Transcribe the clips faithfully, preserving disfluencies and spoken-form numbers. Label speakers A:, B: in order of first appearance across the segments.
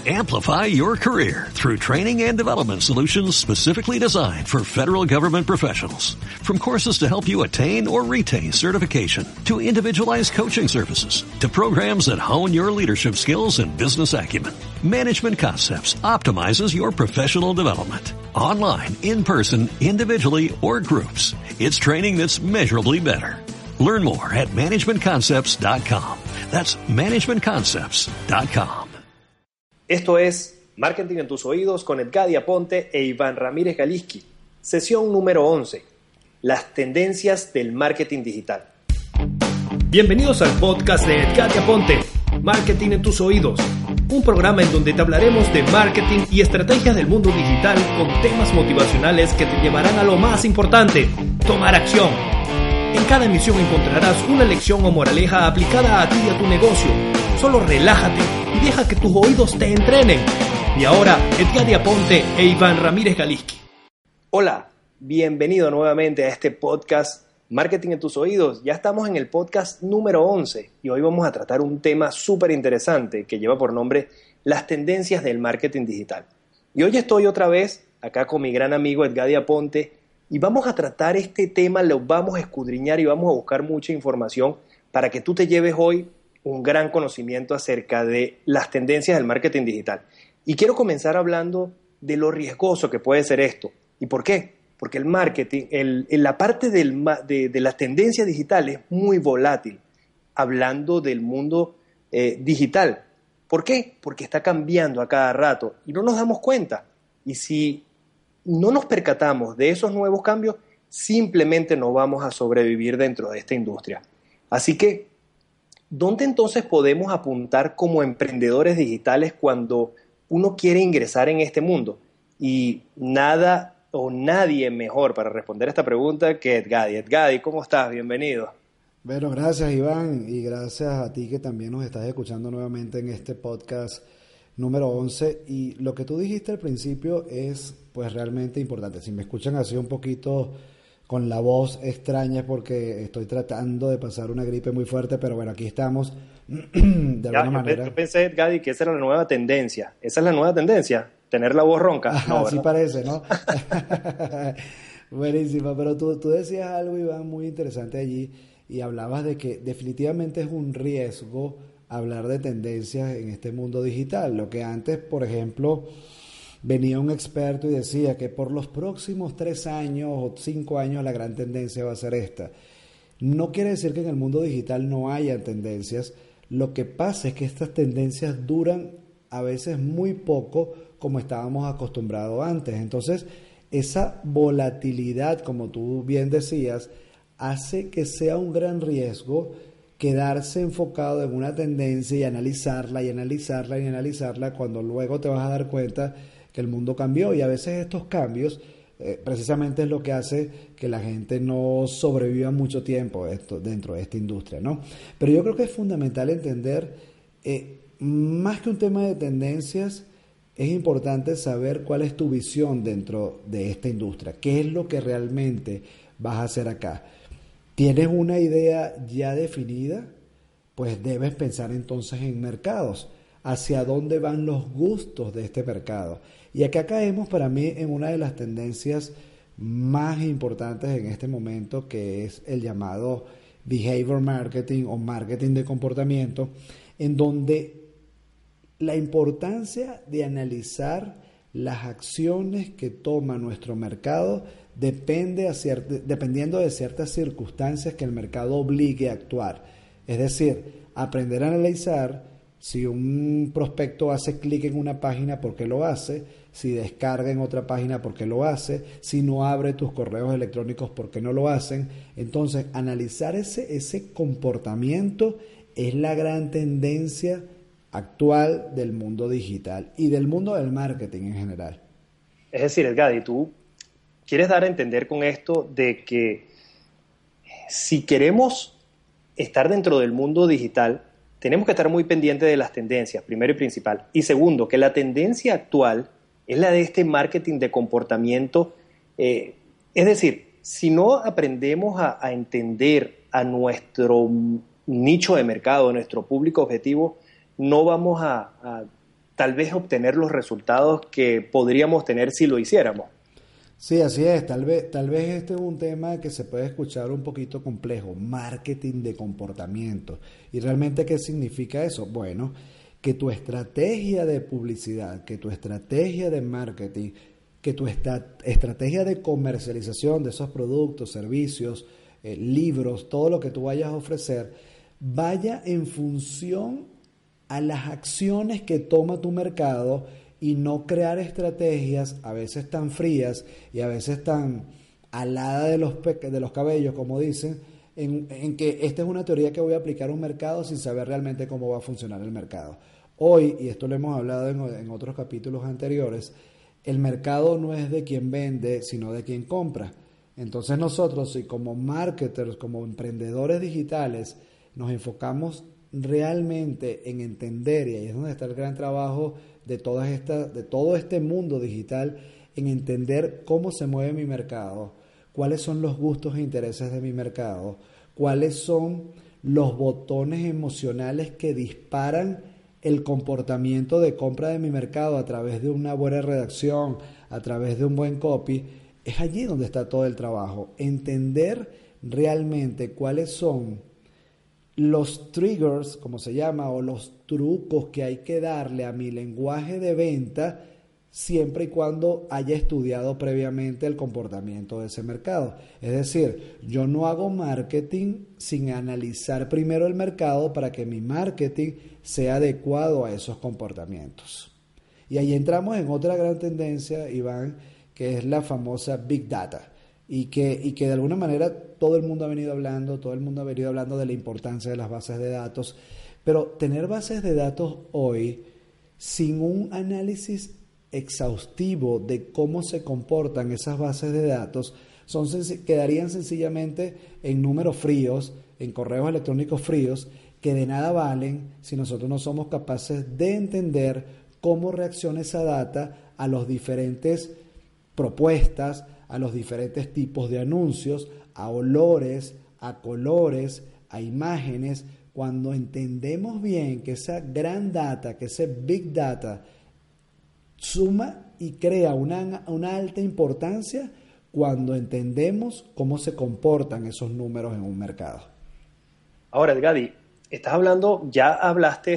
A: Amplify your career through training and development solutions specifically designed for federal government professionals. From courses to help you attain or retain certification, to individualized coaching services, to programs that hone your leadership skills and business acumen, Management Concepts optimizes your professional development. Online, in person, individually, or groups, it's training that's measurably better. Learn more at management concepts dot com. That's management concepts dot com.
B: Esto es Marketing en tus oídos con Edgadi Aponte e Iván Ramírez Galiski. Sesión número once. Las tendencias del marketing digital.
C: Bienvenidos al podcast de Edgadi Aponte, Marketing en tus oídos. Un programa en donde te hablaremos de marketing y estrategias del mundo digital con temas motivacionales que te llevarán a lo más importante, tomar acción. En cada emisión encontrarás una lección o moraleja aplicada a ti y a tu negocio. Solo relájate y deja que tus oídos te entrenen. Y ahora, Edgadi Aponte e Iván Ramírez Galiski.
B: Hola, bienvenido nuevamente a este podcast Marketing en tus oídos. Ya estamos en el podcast número once y hoy vamos a tratar un tema súper interesante que lleva por nombre las tendencias del marketing digital. Y hoy estoy otra vez acá con mi gran amigo Edgadi Aponte y vamos a tratar este tema, lo vamos a escudriñar y vamos a buscar mucha información para que tú te lleves hoy un gran conocimiento acerca de las tendencias del marketing digital. Y quiero comenzar hablando de lo riesgoso que puede ser esto. ¿Y por qué? Porque el marketing, el, en la parte del, de, de las tendencias digitales es muy volátil, hablando del mundo eh, digital. ¿Por qué? Porque está cambiando a cada rato y no nos damos cuenta. Y si no nos percatamos de esos nuevos cambios, simplemente no vamos a sobrevivir dentro de esta industria. Así que, ¿dónde entonces podemos apuntar como emprendedores digitales cuando uno quiere ingresar en este mundo? Y nada o nadie mejor para responder esta pregunta que Edgadi. Edgadi, ¿cómo estás? Bienvenido.
D: Bueno, gracias Iván y gracias a ti que también nos estás escuchando nuevamente en este podcast número once. Y lo que tú dijiste al principio es pues realmente importante. Si me escuchan así un poquito con la voz extraña es porque estoy tratando de pasar una gripe muy fuerte, pero bueno, aquí estamos de
B: ya,
D: alguna
B: yo
D: manera.
B: Yo pensé, Edgadi, que esa era la nueva tendencia. ¿Esa es la nueva tendencia? ¿Tener la voz ronca? No,
D: así parece, ¿no? Buenísimo, pero tú, tú decías algo, Iván, muy interesante allí y hablabas de que definitivamente es un riesgo hablar de tendencias en este mundo digital. Lo que antes, por ejemplo, venía un experto y decía que por los próximos tres años o cinco años la gran tendencia va a ser esta. No quiere decir que en el mundo digital no haya tendencias. Lo que pasa es que estas tendencias duran a veces muy poco como estábamos acostumbrados antes. Entonces, esa volatilidad, como tú bien decías, hace que sea un gran riesgo quedarse enfocado en una tendencia y analizarla y analizarla y analizarla cuando luego te vas a dar cuenta que el mundo cambió. Y a veces estos cambios eh, precisamente es lo que hace que la gente no sobreviva mucho tiempo esto, dentro de esta industria, ¿no? Pero yo creo que es fundamental entender, eh, más que un tema de tendencias, es importante saber cuál es tu visión dentro de esta industria, qué es lo que realmente vas a hacer acá. ¿Tienes una idea ya definida? Pues debes pensar entonces en mercados, hacia dónde van los gustos de este mercado. Y acá caemos para mí en una de las tendencias más importantes en este momento, que es el llamado behavior marketing o marketing de comportamiento, en donde la importancia de analizar las acciones que toma nuestro mercado depende a ciert- dependiendo de ciertas circunstancias que el mercado obligue a actuar. Es decir, aprender a analizar si un prospecto hace clic en una página, ¿por qué lo hace? Si descarga en otra página, ¿por qué lo hace? Si no abre tus correos electrónicos, ¿por qué no lo hacen? Entonces, analizar ese, ese comportamiento es la gran tendencia actual del mundo digital y del mundo del marketing en general.
B: Es decir, Edgadi, tú quieres dar a entender con esto de que si queremos estar dentro del mundo digital, tenemos que estar muy pendientes de las tendencias, primero y principal. Y segundo, que la tendencia actual es la de este marketing de comportamiento. Eh, es decir, si no aprendemos a, a entender a nuestro nicho de mercado, a nuestro público objetivo, no vamos a, a tal vez obtener los resultados que podríamos tener si lo hiciéramos.
D: Sí, así es. Tal vez, tal vez este es un tema que se puede escuchar un poquito complejo, marketing de comportamiento. ¿Y realmente qué significa eso? Bueno, que tu estrategia de publicidad, que tu estrategia de marketing, que tu esta- estrategia de comercialización de esos productos, servicios, eh, libros, todo lo que tú vayas a ofrecer, vaya en función a las acciones que toma tu mercado y no crear estrategias a veces tan frías y a veces tan alada de los, pe- de los cabellos, como dicen, en, en que esta es una teoría que voy a aplicar a un mercado sin saber realmente cómo va a funcionar el mercado. Hoy, y esto lo hemos hablado en, en otros capítulos anteriores, el mercado no es de quien vende, sino de quien compra. Entonces nosotros, si como marketers, como emprendedores digitales, nos enfocamos realmente en entender, y ahí es donde está el gran trabajo de todas estas, de todo este mundo digital, en entender cómo se mueve mi mercado, cuáles son los gustos e intereses de mi mercado, cuáles son los botones emocionales que disparan el comportamiento de compra de mi mercado a través de una buena redacción, a través de un buen copy. Es allí donde está todo el trabajo, entender realmente cuáles son los triggers, como se llama, o los trucos que hay que darle a mi lenguaje de venta, siempre y cuando haya estudiado previamente el comportamiento de ese mercado. Es decir, yo no hago marketing sin analizar primero el mercado para que mi marketing sea adecuado a esos comportamientos. Y ahí entramos en otra gran tendencia, Iván, que es la famosa Big Data. Y que, y que de alguna manera todo el mundo ha venido hablando, todo el mundo ha venido hablando de la importancia de las bases de datos, pero tener bases de datos hoy sin un análisis exhaustivo de cómo se comportan esas bases de datos son, quedarían sencillamente en números fríos, en correos electrónicos fríos, que de nada valen si nosotros no somos capaces de entender cómo reacciona esa data a las diferentes propuestas, a los diferentes tipos de anuncios, a olores, a colores, a imágenes. Cuando entendemos bien que esa gran data, que ese big data suma y crea una, una alta importancia cuando entendemos cómo se comportan esos números en un mercado.
B: Ahora, Gadi, estás hablando, ya hablaste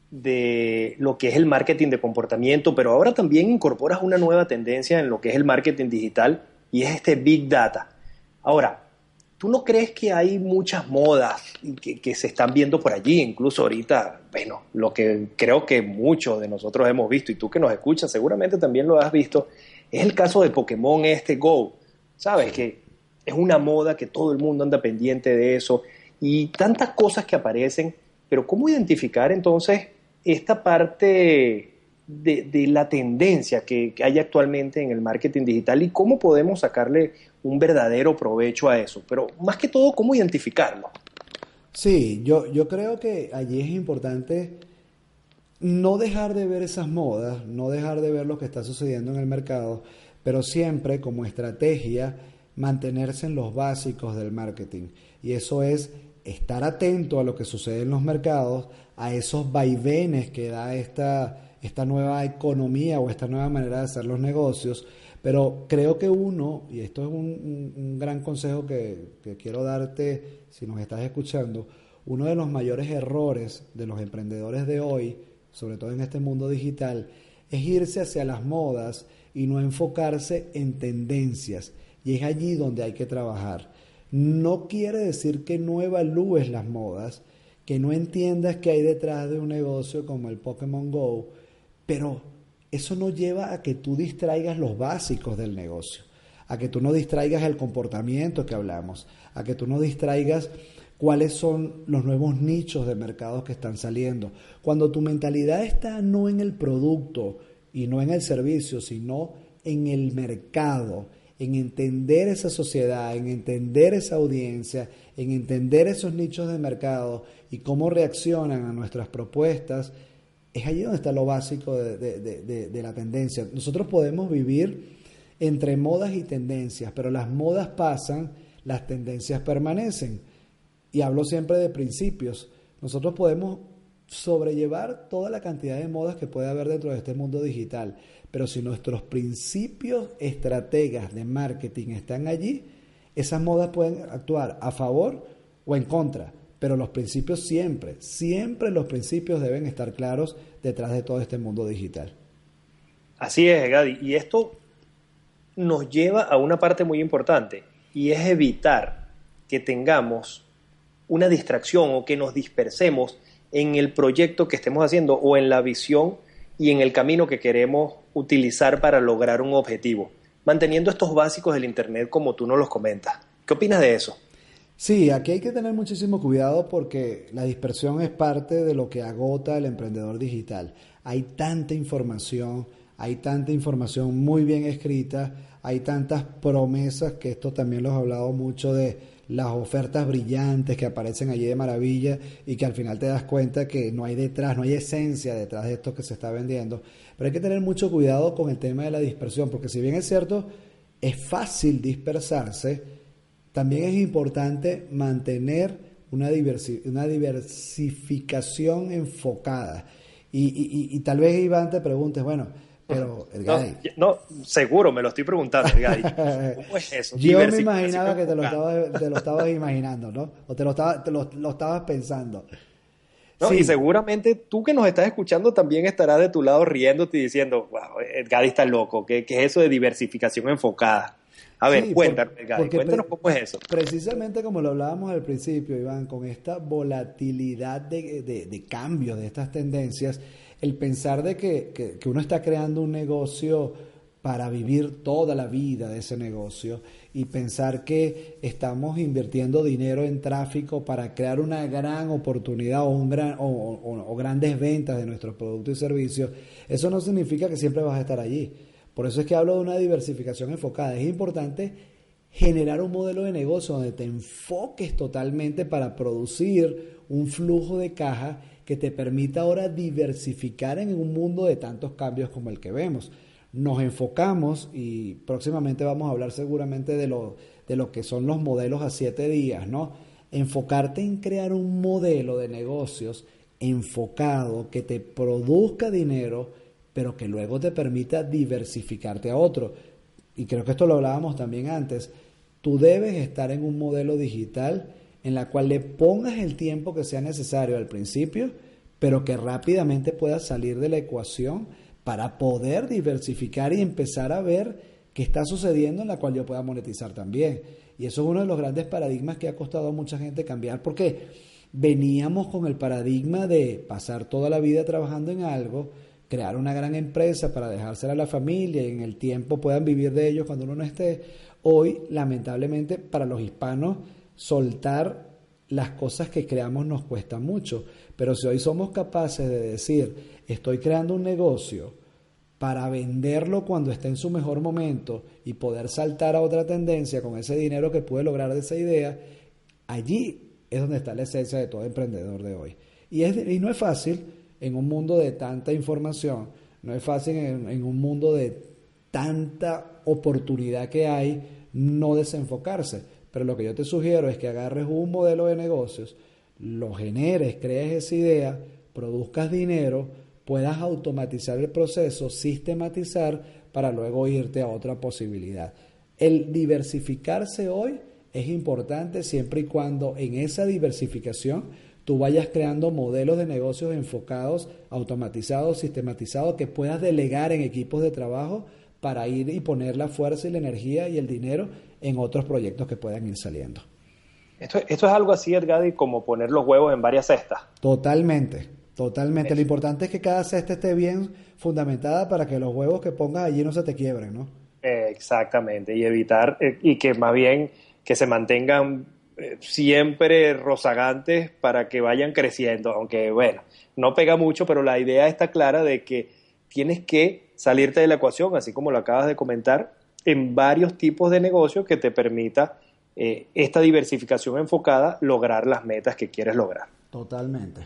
B: de lo que es el marketing de comportamiento, pero ahora también incorporas una nueva tendencia en lo que es el marketing digital y es este Big Data. Ahora, ¿tú no crees que hay muchas modas que, que se están viendo por allí? Incluso ahorita, bueno, lo que creo que muchos de nosotros hemos visto, y tú que nos escuchas seguramente también lo has visto, es el caso de Pokémon este Go. ¿Sabes? Que es una moda que todo el mundo anda pendiente de eso y tantas cosas que aparecen, pero ¿cómo identificar entonces esta parte de, de la tendencia que, que hay actualmente en el marketing digital y cómo podemos sacarle un verdadero provecho a eso? Pero más que todo, ¿cómo identificarlo?
D: Sí, yo, yo creo que allí es importante no dejar de ver esas modas, no dejar de ver lo que está sucediendo en el mercado, pero siempre como estrategia mantenerse en los básicos del marketing. Y eso es estar atento a lo que sucede en los mercados, a esos vaivenes que da esta, esta nueva economía o esta nueva manera de hacer los negocios. Pero creo que uno, y esto es un, un, un gran consejo que, que quiero darte si nos estás escuchando, uno de los mayores errores de los emprendedores de hoy, sobre todo en este mundo digital, es irse hacia las modas y no enfocarse en tendencias. Y es allí donde hay que trabajar. No quiere decir que no evalúes las modas, que no entiendas qué hay detrás de un negocio como el Pokémon Go, pero eso no lleva a que tú distraigas los básicos del negocio, a que tú no distraigas el comportamiento que hablamos, a que tú no distraigas cuáles son los nuevos nichos de mercados que están saliendo. Cuando tu mentalidad está no en el producto y no en el servicio, sino en el mercado, en entender esa sociedad, en entender esa audiencia, en entender esos nichos de mercado y cómo reaccionan a nuestras propuestas, es allí donde está lo básico de, de, de, de la tendencia. Nosotros podemos vivir entre modas y tendencias, pero las modas pasan, las tendencias permanecen. Y hablo siempre de principios. Nosotros podemos sobrellevar toda la cantidad de modas que puede haber dentro de este mundo digital. Pero si nuestros principios estrategas de marketing están allí, esas modas pueden actuar a favor o en contra. Pero los principios siempre, siempre los principios deben estar claros detrás de todo este mundo digital.
B: Así es, Gadi. Y esto nos lleva a una parte muy importante, y es evitar que tengamos una distracción o que nos dispersemos en el proyecto que estemos haciendo o en la visión y en el camino que queremos utilizar para lograr un objetivo, manteniendo estos básicos del Internet como tú nos los comentas. ¿Qué opinas de eso?
D: Sí, aquí hay que tener muchísimo cuidado porque la dispersión es parte de lo que agota al emprendedor digital. Hay tanta información, hay tanta información muy bien escrita, hay tantas promesas, que esto también los he hablado mucho de las ofertas brillantes que aparecen allí de maravilla y que al final te das cuenta que no hay detrás, no hay esencia detrás de esto que se está vendiendo. Pero hay que tener mucho cuidado con el tema de la dispersión, porque si bien es cierto, es fácil dispersarse, también es importante mantener una, diversi- una diversificación enfocada. Y, y, y, y tal vez, Iván, te preguntes, bueno, pero Edgadi...
B: No, no, seguro, me lo estoy preguntando, Edgadi. ¿Cómo es eso?
D: Yo me imaginaba que te lo, estabas, te lo estabas imaginando, ¿no? O te lo, estaba, te lo, lo estabas pensando.
B: No,
D: sí.
B: Y seguramente tú que nos estás escuchando también estarás de tu lado riéndote y diciendo, wow, Edgadi está loco, ¿qué, qué es eso de diversificación enfocada? A ver, sí, cuéntanos, por, Edgadi, cuéntanos pre- cómo es eso.
D: Precisamente como lo hablábamos al principio, Iván, con esta volatilidad de, de, de cambios de estas tendencias, el pensar de que, que, que uno está creando un negocio para vivir toda la vida de ese negocio y pensar que estamos invirtiendo dinero en tráfico para crear una gran oportunidad o, un gran, o, o, o grandes ventas de nuestros productos y servicios, eso no significa que siempre vas a estar allí. Por eso es que hablo de una diversificación enfocada. Es importante generar un modelo de negocio donde te enfoques totalmente para producir un flujo de caja que te permita ahora diversificar en un mundo de tantos cambios como el que vemos. Nos enfocamos y próximamente vamos a hablar seguramente de lo, de lo que son los modelos a siete días, ¿no? Enfocarte en crear un modelo de negocios enfocado que te produzca dinero, pero que luego te permita diversificarte a otro. Y creo que esto lo hablábamos también antes. Tú debes estar en un modelo digital en la cual le pongas el tiempo que sea necesario al principio, pero que rápidamente puedas salir de la ecuación para poder diversificar y empezar a ver qué está sucediendo en la cual yo pueda monetizar también. Y eso es uno de los grandes paradigmas que ha costado a mucha gente cambiar, porque veníamos con el paradigma de pasar toda la vida trabajando en algo, crear una gran empresa para dejársela a la familia y en el tiempo puedan vivir de ellos cuando uno no esté. Hoy, lamentablemente, para los hispanos, soltar las cosas que creamos nos cuesta mucho. Pero si hoy somos capaces de decir, estoy creando un negocio para venderlo cuando esté en su mejor momento y poder saltar a otra tendencia con ese dinero que pude lograr de esa idea, allí es donde está la esencia de todo emprendedor de hoy. Y, es, y no es fácil en un mundo de tanta información, no es fácil en, en un mundo de tanta oportunidad que hay no desenfocarse, pero lo que yo te sugiero es que agarres un modelo de negocios, lo generes, crees esa idea, produzcas dinero, puedas automatizar el proceso, sistematizar para luego irte a otra posibilidad. El diversificarse hoy es importante siempre y cuando en esa diversificación tú vayas creando modelos de negocios enfocados, automatizados, sistematizados, que puedas delegar en equipos de trabajo para ir y poner la fuerza y la energía y el dinero en otros proyectos que puedan ir saliendo.
B: Esto, esto es algo así, Edgadi, como poner los huevos en varias cestas.
D: Totalmente, totalmente. Eso. Lo importante es que cada cesta esté bien fundamentada para que los huevos que pongas allí no se te quiebren, ¿no?
B: Eh, exactamente, y evitar, eh, y que más bien que se mantengan eh, siempre rozagantes para que vayan creciendo, aunque bueno, no pega mucho, pero la idea está clara de que tienes que salirte de la ecuación, así como lo acabas de comentar, en varios tipos de negocios que te permita eh, esta diversificación enfocada lograr las metas que quieres lograr.
D: Totalmente.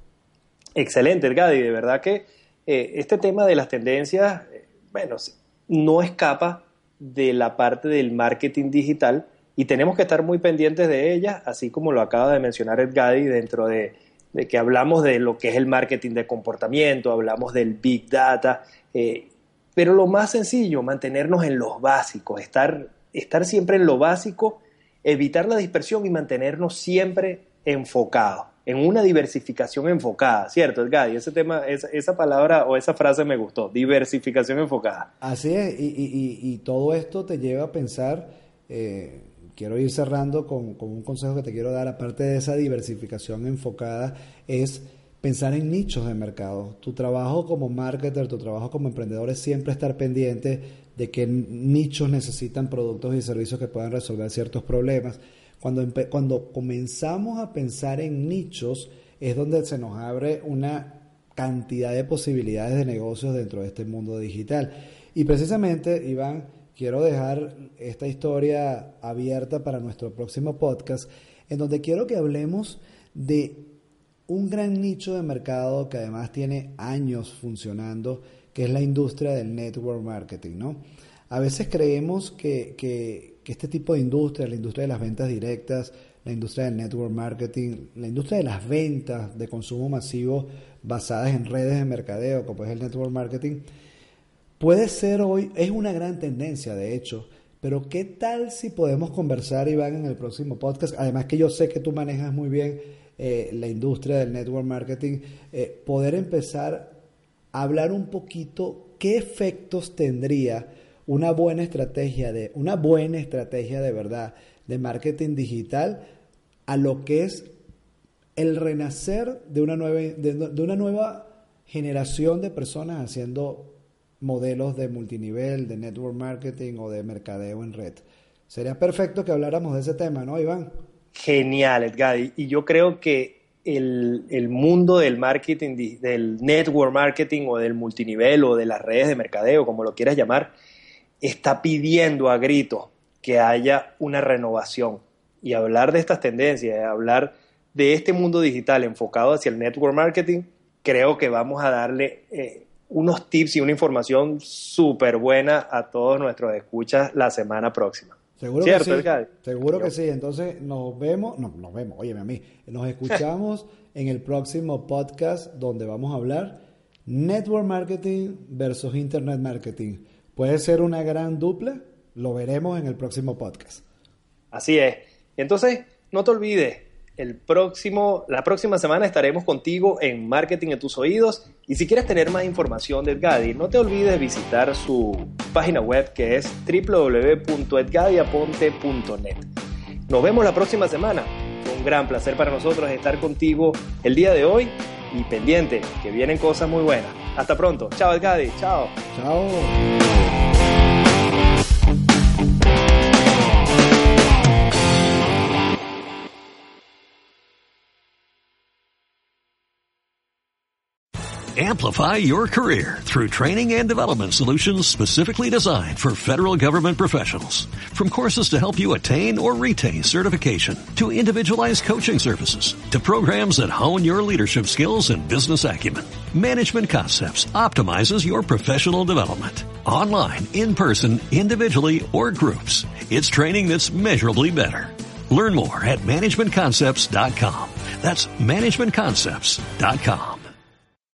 B: Excelente, Edgadi, de verdad que eh, este tema de las tendencias, eh, bueno, no escapa de la parte del marketing digital y tenemos que estar muy pendientes de ellas, así como lo acaba de mencionar Edgadi, dentro de de que hablamos de lo que es el marketing de comportamiento, hablamos del Big Data, eh, pero lo más sencillo, mantenernos en los básicos, estar, estar siempre en lo básico, evitar la dispersión y mantenernos siempre enfocados, en una diversificación enfocada, ¿cierto, Edgadi? Ese tema, esa, esa palabra o esa frase me gustó, diversificación enfocada. Así es, y, y, y, y todo esto te lleva a pensar, eh, quiero ir cerrando con, con un consejo que te quiero dar, aparte de esa diversificación enfocada, es pensar en nichos de mercado. Tu trabajo como marketer, tu trabajo como emprendedor es siempre estar pendiente de qué nichos necesitan productos y servicios que puedan resolver ciertos problemas. Cuando, empe- cuando comenzamos a pensar en nichos es donde se nos abre una cantidad de posibilidades de negocios dentro de este mundo digital. Y precisamente, Iván, quiero dejar esta historia abierta para nuestro próximo podcast, en donde quiero que hablemos de un gran nicho de mercado que además tiene años funcionando, que es la industria del network marketing, ¿no? A veces creemos que, que, que este tipo de industria, la industria de las ventas directas, la industria del network marketing, la industria de las ventas de consumo masivo basadas en redes de mercadeo, como es el network marketing, puede ser hoy, es una gran tendencia de hecho, pero ¿qué tal si podemos conversar, Iván, en el próximo podcast? Además que yo sé que tú manejas muy bien eh, la industria del network marketing, eh, poder empezar a hablar un poquito qué efectos tendría una buena estrategia de una buena estrategia de verdad de marketing digital a lo que es el renacer de una nueva de, de una nueva generación de personas haciendo modelos de multinivel, de network marketing o de mercadeo en red. Sería perfecto que habláramos de ese tema, ¿no, Iván? Genial, Edgadi. Y yo creo que el, el mundo del marketing, del network marketing o del multinivel o de las redes de mercadeo, como lo quieras llamar, está pidiendo a gritos que haya una renovación. Y hablar de estas tendencias, hablar de este mundo digital enfocado hacia el network marketing, creo que vamos a darle eh, unos tips y una información súper buena a todos nuestros escuchas la semana próxima. Seguro ¿Cierto, que sí, Edgar? Seguro Yo. que sí. Entonces nos vemos, no, nos vemos, óyeme a mí, nos escuchamos en el próximo podcast donde vamos a hablar network marketing versus internet marketing. ¿Puede ser una gran dupla? Lo veremos en el próximo podcast. Así es. Entonces, no te olvides, el próximo, la próxima semana estaremos contigo en Marketing en tus Oídos. Y si quieres tener más información de Edgadi, no te olvides visitar su página web que es doble u doble u doble u punto edgadi aponte punto net. Nos vemos la próxima semana. Un gran placer para nosotros estar contigo el día de hoy y pendiente, que vienen cosas muy buenas. Hasta pronto. Chao, Edgadi. Chao. Chao.
A: Amplify your career through training and development solutions specifically designed for federal government professionals. From courses to help you attain or retain certification, to individualized coaching services, to programs that hone your leadership skills and business acumen, Management Concepts optimizes your professional development. Online, in person, individually, or groups, it's training that's measurably better. Learn more at management concepts dot com. That's management concepts dot com.